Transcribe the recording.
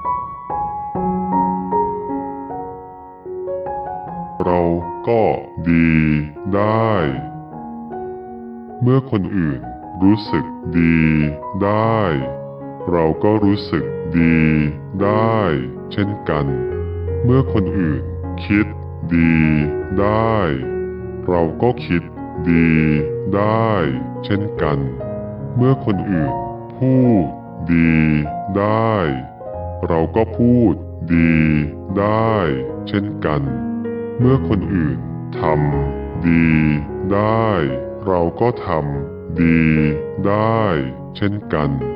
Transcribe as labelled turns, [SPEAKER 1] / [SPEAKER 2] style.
[SPEAKER 1] เราก็ดีได้เมื่อคนอื่นรู้สึกดีได้เราก็รู้สึกดีได้เช่นกันเมื่อคนอื่นคิดดีได้เราก็คิดดีได้เช่นกันเมื่อคนอื่นพูดดีได้เราก็พูดดีได้เช่นกันเมื่อคนอื่นทำดีได้เราก็ทำดีได้เช่นกัน